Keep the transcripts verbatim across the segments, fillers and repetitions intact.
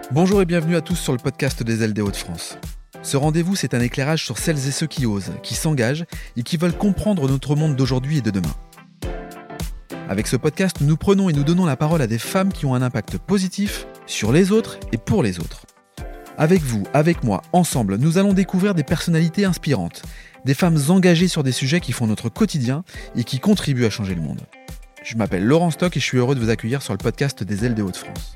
Bonjour et bienvenue à tous sur le podcast des Ailes des Hauts-de-France. Ce rendez-vous, c'est un éclairage sur celles et ceux qui osent, qui s'engagent et qui veulent comprendre notre monde d'aujourd'hui et de demain. Avec ce podcast, nous prenons et nous donnons la parole à des femmes qui ont un impact positif sur les autres et pour les autres. Avec vous, avec moi, ensemble, nous allons découvrir des personnalités inspirantes, des femmes engagées sur des sujets qui font notre quotidien et qui contribuent à changer le monde. Je m'appelle Laurent Stock et je suis heureux de vous accueillir sur le podcast des Ailes des Hauts-de-France.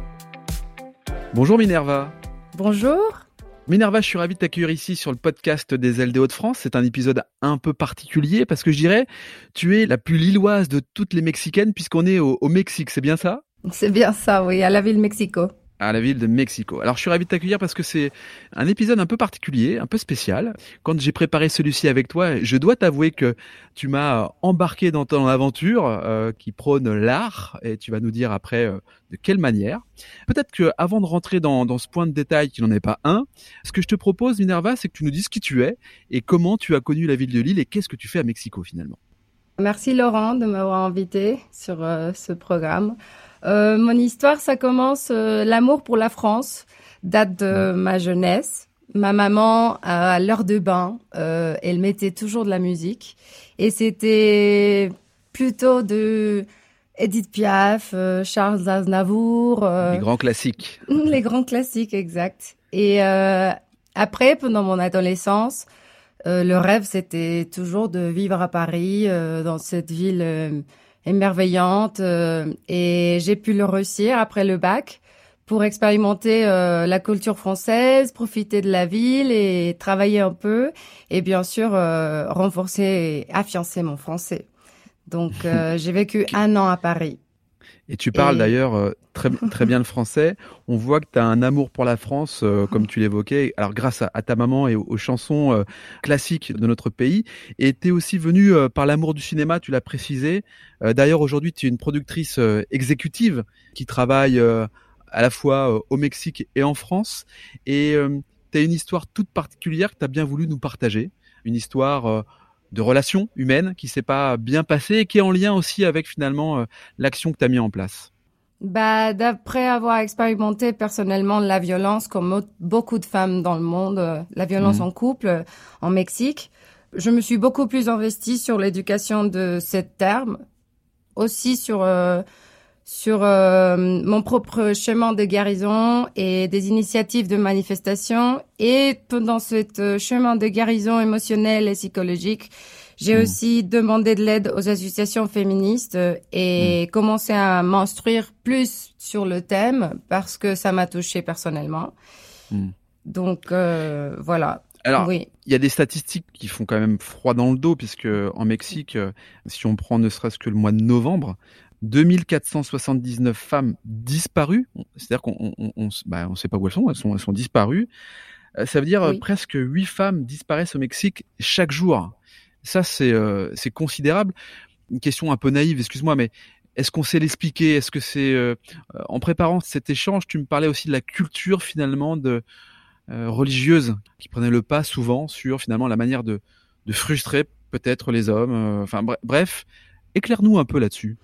Bonjour Minerva. Bonjour. Minerva, je suis ravi de t'accueillir ici sur le podcast des Ailes des Hauts-de-France. C'est un épisode un peu particulier parce que je dirais, tu es la plus lilloise de toutes les Mexicaines puisqu'on est au, au Mexique, c'est bien ça ? C'est bien ça, oui, à la ville de Mexico. À la ville de Mexico. Alors je suis ravi de t'accueillir parce que c'est un épisode un peu particulier, un peu spécial. Quand j'ai préparé celui-ci avec toi, je dois t'avouer que tu m'as embarqué dans ton aventure euh, qui prône l'art et tu vas nous dire après euh, de quelle manière. Peut-être que avant de rentrer dans, dans ce point de détail qui n'en est pas un, ce que je te propose, Minerva, c'est que tu nous dises qui tu es et comment tu as connu la ville de Lille et qu'est-ce que tu fais à Mexico finalement. Merci Laurent de m'avoir invité sur euh, ce programme. Euh, mon histoire, ça commence, euh, l'amour pour la France date de ma jeunesse. Ma maman, à l'heure de bain, euh, elle mettait toujours de la musique. Et c'était plutôt de Edith Piaf, euh, Charles Aznavour. Euh, les grands classiques. Les grands classiques, exact. Et euh, après, pendant mon adolescence, euh, le rêve, c'était toujours de vivre à Paris, euh, dans cette ville euh, émerveillante. Euh, et j'ai pu le réussir après le bac pour expérimenter euh, la culture française, profiter de la ville et travailler un peu. Et bien sûr, euh, renforcer et affiancer mon français. Donc, euh, j'ai vécu un an à Paris. Et tu parles et... d'ailleurs euh, très, très bien le français. On voit que tu as un amour pour la France, euh, comme tu l'évoquais, alors grâce à, à ta maman et aux, aux chansons euh, classiques de notre pays. Et tu es aussi venue euh, par l'amour du cinéma, tu l'as précisé. Euh, d'ailleurs, aujourd'hui, tu es une productrice euh, exécutive qui travaille euh, à la fois euh, au Mexique et en France. Et euh, tu as une histoire toute particulière que tu as bien voulu nous partager. Une histoire... Euh, de relations humaines qui s'est pas bien passée et qui est en lien aussi avec finalement euh, l'action que tu as mis en place. Bah, d'après avoir expérimenté personnellement la violence, comme beaucoup de femmes dans le monde, euh, la violence mmh. en couple euh, en Mexique, je me suis beaucoup plus investie sur l'éducation de ces termes, aussi sur euh, sur euh, mon propre chemin de guérison et des initiatives de manifestation. Et pendant ce chemin de guérison émotionnelle et psychologique, j'ai mmh. aussi demandé de l'aide aux associations féministes et mmh. commencé à m'instruire plus sur le thème parce que ça m'a touchée personnellement. Mmh. Donc, euh, voilà. Alors, oui. il y a des statistiques qui font quand même froid dans le dos puisque en Mexique, si on prend ne serait-ce que le mois de novembre, deux mille quatre cent soixante-dix-neuf femmes disparues, c'est-à-dire qu'on on, on, bah, on sait pas où elles sont, elles sont, elles sont disparues. Ça veut dire oui. presque huit femmes disparaissent au Mexique chaque jour. Ça, c'est, euh, c'est considérable. Une question un peu naïve, excuse-moi, mais est-ce qu'on sait l'expliquer ? Est-ce que c'est... Euh, en préparant cet échange, tu me parlais aussi de la culture finalement de, euh, religieuse qui prenait le pas souvent sur finalement la manière de, de frustrer peut-être les hommes. Euh, enfin bref, éclaire-nous un peu là-dessus.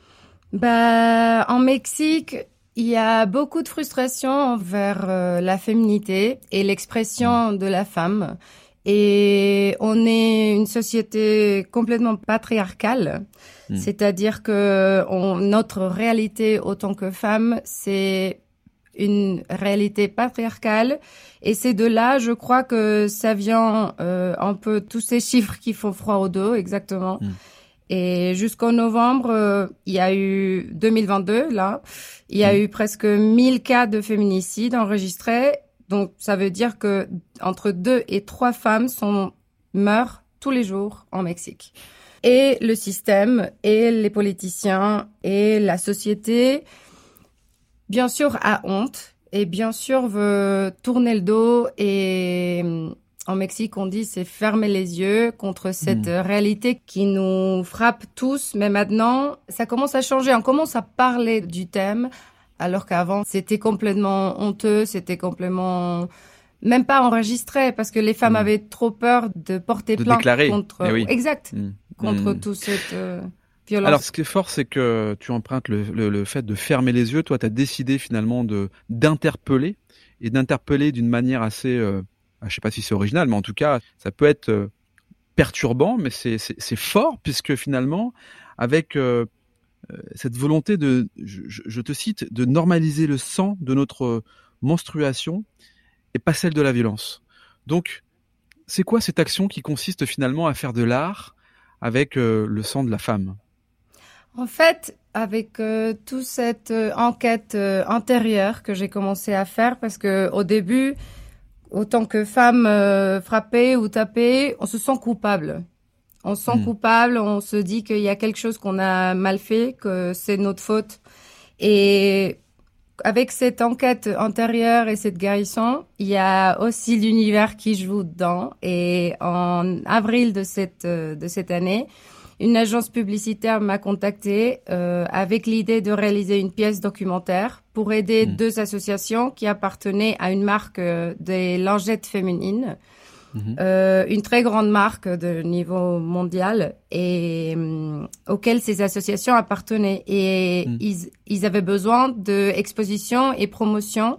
Bah, en Mexique, il y a beaucoup de frustration envers euh, la féminité et l'expression mmh. de la femme. Et on est une société complètement patriarcale, mmh. c'est-à-dire que on, notre réalité autant que femme, c'est une réalité patriarcale. Et c'est de là, je crois que ça vient euh, un peu tous ces chiffres qui font froid au dos, exactement. Mmh. Et jusqu'en novembre, euh, il y a eu deux mille vingt-deux, là, il y a mmh. eu presque mille cas de féminicide enregistrés. Donc, ça veut dire que entre deux et trois femmes sont, meurent tous les jours en Mexique. Et le système, et les politiciens, et la société, bien sûr, a honte, et bien sûr veut tourner le dos et... En Mexique, on dit c'est fermer les yeux contre cette mmh. réalité qui nous frappe tous. Mais maintenant, ça commence à changer. On commence à parler du thème, alors qu'avant, c'était complètement honteux, c'était complètement même pas enregistré, parce que les femmes mmh. avaient trop peur de porter de plainte déclarer. contre. Eh oui. Exact. Mmh. Contre mmh. tout cette. Euh... violence. Alors, ce qui est fort, c'est que tu empruntes le, le, le fait de fermer les yeux. Toi, tu as décidé finalement de d'interpeller et d'interpeller d'une manière assez, euh, je sais pas si c'est original, mais en tout cas, ça peut être euh, perturbant, mais c'est, c'est, c'est fort puisque finalement, avec euh, cette volonté de, je, je te cite, de normaliser le sang de notre menstruation et pas celle de la violence. Donc, c'est quoi cette action qui consiste finalement à faire de l'art avec euh, le sang de la femme ? En fait, avec euh, toute cette euh, enquête euh, antérieure que j'ai commencé à faire, parce que au début, autant que femme euh, frappée ou tapée, on se sent coupable. On se sent mmh. coupable, on se dit qu'il y a quelque chose qu'on a mal fait, que c'est notre faute. Et avec cette enquête antérieure et cette guérison, il y a aussi l'univers qui joue dedans. Et en avril de cette de cette année, une agence publicitaire m'a contactée euh, avec l'idée de réaliser une pièce documentaire pour aider mmh. deux associations qui appartenaient à une marque euh, des lingettes féminines. Mmh. Euh, une très grande marque de niveau mondial et euh, auquel ces associations appartenaient et mmh. ils, ils avaient besoin d'exposition et promotion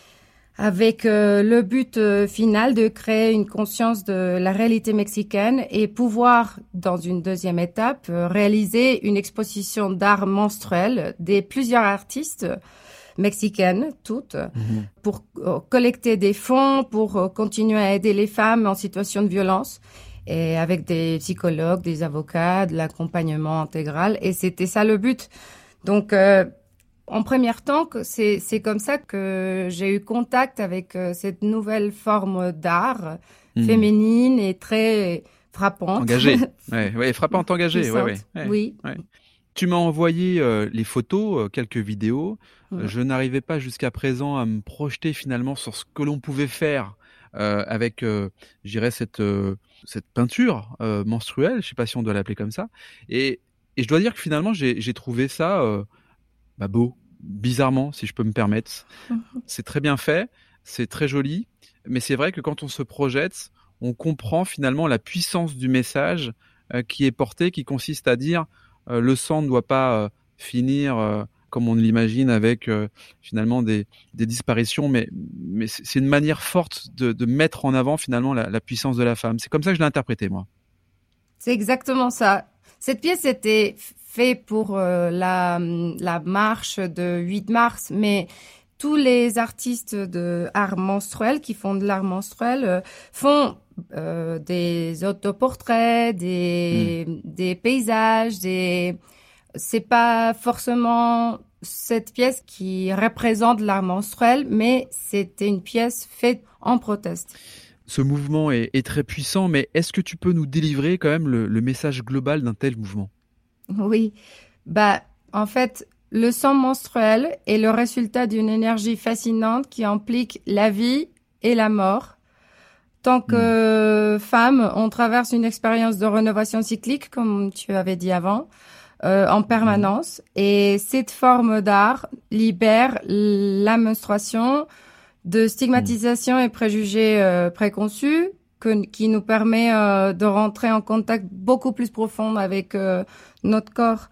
avec euh, le but euh, final de créer une conscience de la réalité mexicaine et pouvoir, dans une deuxième étape, euh, réaliser une exposition d'art menstruel des plusieurs artistes mexicaines, toutes, mmh. pour euh, collecter des fonds, pour euh, continuer à aider les femmes en situation de violence, et avec des psychologues, des avocats, de l'accompagnement intégral. Et c'était ça le but. Donc, euh, en premier temps, c'est, c'est comme ça que j'ai eu contact avec euh, cette nouvelle forme d'art mmh. féminine et très frappante. Engagée. ouais, ouais, frappante, engagée. Ouais, ouais, ouais, oui. Ouais. Tu m'as envoyé euh, les photos, euh, quelques vidéos. Mmh. Euh, je n'arrivais pas jusqu'à présent à me projeter finalement sur ce que l'on pouvait faire euh, avec, euh, je dirais, cette, euh, cette peinture euh, menstruelle. Je sais pas si on doit l'appeler comme ça. Et, et je dois dire que finalement, j'ai, j'ai trouvé ça euh, bah, beau, bizarrement, si je peux me permettre. Mmh. C'est très bien fait, c'est très joli. Mais c'est vrai que quand on se projette, on comprend finalement la puissance du message euh, qui est porté, qui consiste à dire Euh, le sang ne doit pas euh, finir euh, comme on l'imagine avec euh, finalement des, des disparitions, mais, mais c'est une manière forte de, de mettre en avant finalement la, la puissance de la femme. C'est comme ça que je l'ai interprété, moi. C'est exactement ça. Cette pièce était faite pour euh, la, la marche de huit mars, mais tous les artistes de art menstruel qui font de l'art menstruel euh, font euh, des autoportraits, des, mmh. des paysages, des... C'est pas forcément cette pièce qui représente l'art menstruel, mais c'était une pièce faite en proteste. Ce mouvement est, est très puissant, mais est-ce que tu peux nous délivrer quand même le, le message global d'un tel mouvement ? Oui, bah en fait, le sang menstruel est le résultat d'une énergie fascinante qui implique la vie et la mort. Tant que mmh. femme, on traverse une expérience de rénovation cyclique, comme tu avais dit avant, euh, en permanence. Mmh. Et cette forme d'art libère la menstruation de stigmatisation mmh. et préjugés euh, préconçus, que, qui nous permet euh, de rentrer en contact beaucoup plus profond avec euh, notre corps.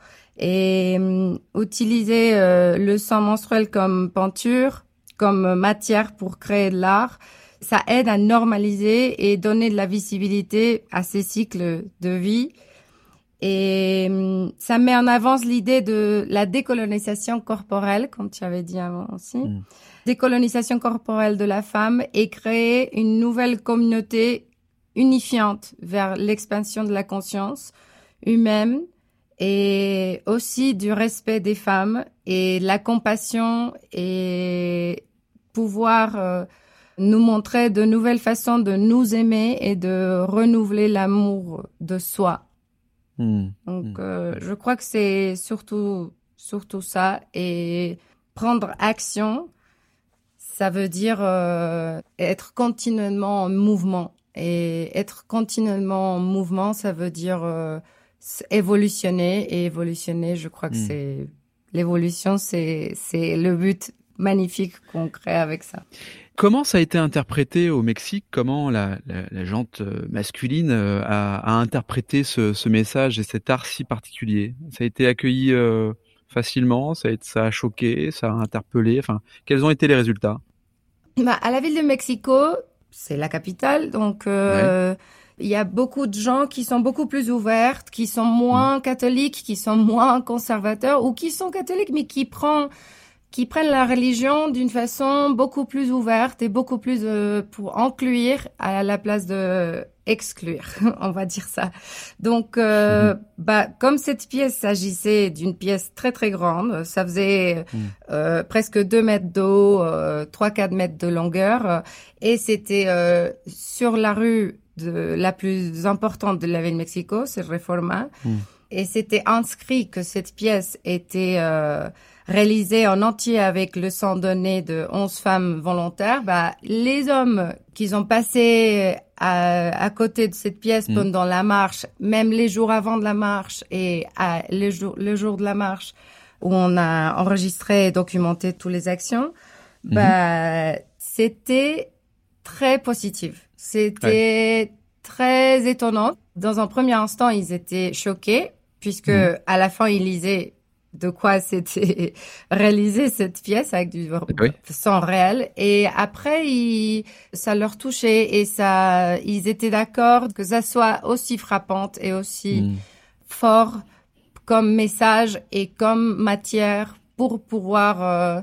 Et euh, utiliser euh, le sang menstruel comme peinture, comme matière pour créer de l'art, ça aide à normaliser et donner de la visibilité à ces cycles de vie. Et euh, ça met en avant l'idée de la décolonisation corporelle, comme tu avais dit avant aussi. Mmh. Décolonisation corporelle de la femme et créer une nouvelle communauté unifiante vers l'expansion de la conscience humaine et aussi du respect des femmes et la compassion et pouvoir euh, nous montrer de nouvelles façons de nous aimer et de renouveler l'amour de soi. Mmh. Donc, mmh. Euh, je crois que c'est surtout, surtout ça. Et prendre action, ça veut dire euh, être continuellement en mouvement. Et être continuellement en mouvement, ça veut dire euh, évolutionner. Et évolutionner, je crois que mmh. c'est l'évolution, c'est c'est le but magnifique qu'on crée avec ça. Comment ça a été interprété au Mexique? Comment la, la, la gente masculine a, a interprété ce, ce message et cet art si particulier? Ça a été accueilli euh, facilement? Ça a, été, ça a choqué? Ça a interpellé? Enfin, quels ont été les résultats? Bah, à la ville de Mexico, c'est la capitale, donc euh, ouais. Il y a beaucoup de gens qui sont beaucoup plus ouverts, qui sont moins mmh. catholiques, qui sont moins conservateurs, ou qui sont catholiques mais qui prennent qui prennent la religion d'une façon beaucoup plus ouverte et beaucoup plus euh, pour inclure à la place de exclure, on va dire ça. Donc, euh, mmh. bah, comme cette pièce s'agissait d'une pièce très très grande, ça faisait mmh. euh, presque deux mètres d'eau, euh, trois quatre mètres de longueur, et c'était euh, sur la rue de la plus importante de la ville de Mexico, c'est Reforma, mmh. et c'était inscrit que cette pièce était euh, réalisée en entier avec le sang donné de onze femmes volontaires. Bah, les hommes qui ont passé à, à côté de cette pièce mmh. pendant la marche, même les jours avant de la marche et à, le, jour, le jour de la marche où on a enregistré et documenté toutes les actions, mmh. bah, c'était très positif. C'était ouais. très étonnant. Dans un premier instant, ils étaient choqués puisque mmh. à la fin, ils lisaient de quoi c'était réalisé cette pièce avec du oui. sang réel. Et après, ils, ça leur touchait et ça, ils étaient d'accord que ça soit aussi frappante et aussi mmh. fort comme message et comme matière pour pouvoir euh,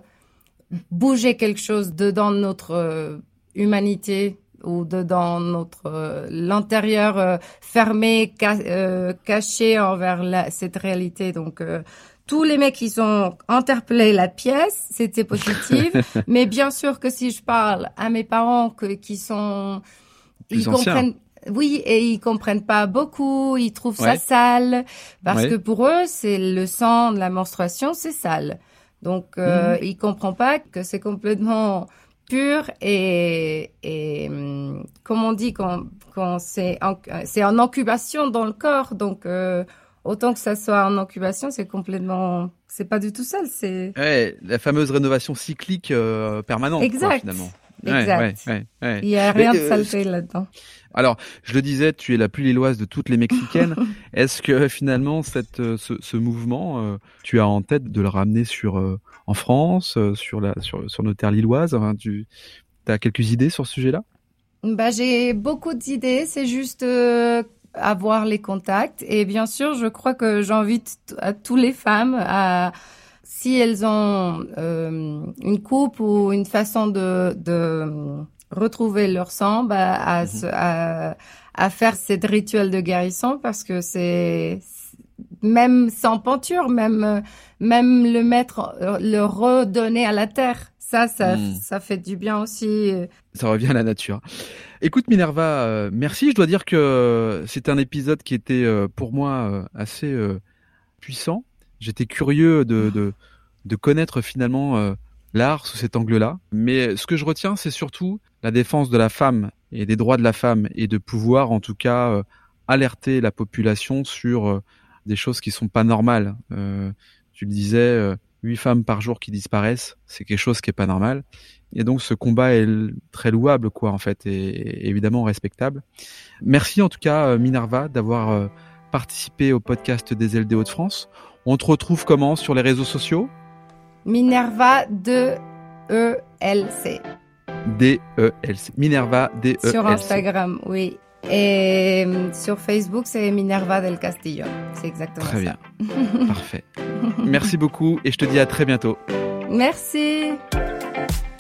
bouger quelque chose dedans notre euh, humanité ou dedans notre euh, l'intérieur euh, fermé, ca- euh, caché envers la, cette réalité. Donc euh, tous les mecs qui ont interpellé la pièce, c'était positif. Mais bien sûr que si je parle à mes parents que, qui sont, plus ils anciens. comprennent, oui, et ils comprennent pas beaucoup, ils trouvent ouais. ça sale, parce ouais. que pour eux, c'est le sang de la menstruation, c'est sale. Donc, euh, mmh. ils comprennent pas que c'est complètement pur et, et comme on dit, quand, quand c'est, en, c'est en incubation dans le corps, donc. Euh, Autant que ça soit en incubation, c'est complètement, c'est pas du tout sale, c'est. Ouais, la fameuse rénovation cyclique euh, permanente. Exact. Quoi, finalement. Exact. Ouais, ouais, ouais, ouais. Il y a rien Mais, de saleté euh, là-dedans. Alors, je le disais, tu es la plus lilloise de toutes les Mexicaines. Est-ce que finalement, cette, ce, ce mouvement, euh, tu as en tête de le ramener sur, euh, en France, euh, sur la, sur, sur nos terres lilloises? Enfin, tu as quelques idées sur ce sujet-là? Bah, j'ai beaucoup d'idées. C'est juste. Euh... avoir les contacts et bien sûr je crois que j'invite t- à toutes les femmes à si elles ont euh, une coupe ou une façon de de retrouver leur sang bah à mm-hmm. à à faire cette rituel de guérison parce que c'est même sans peinture même même le mettre le redonner à la terre ça ça mm. ça fait du bien aussi. Ça revient à la nature. Écoute Minerva, euh, merci. Je dois dire que c'est un épisode qui était euh, pour moi euh, assez euh, puissant. J'étais curieux de, de, de connaître finalement euh, l'art sous cet angle-là. Mais ce que je retiens, c'est surtout la défense de la femme et des droits de la femme et de pouvoir en tout cas euh, alerter la population sur euh, des choses qui sont pas normales. Euh, tu le disais, euh, huit femmes par jour qui disparaissent, c'est quelque chose qui est pas normal. Et donc ce combat est très louable, quoi, en fait, et, et évidemment respectable. Merci en tout cas, Minerva, d'avoir participé au podcast des Ailes des Hauts-de-France. On te retrouve comment sur les réseaux sociaux? Minerva D E L C. D E L C. Minerva D E L C. Sur Instagram, oui. Et sur Facebook, c'est Minerva del Castillo. C'est exactement très ça. Très bien. Parfait. Merci beaucoup et je te dis à très bientôt. Merci.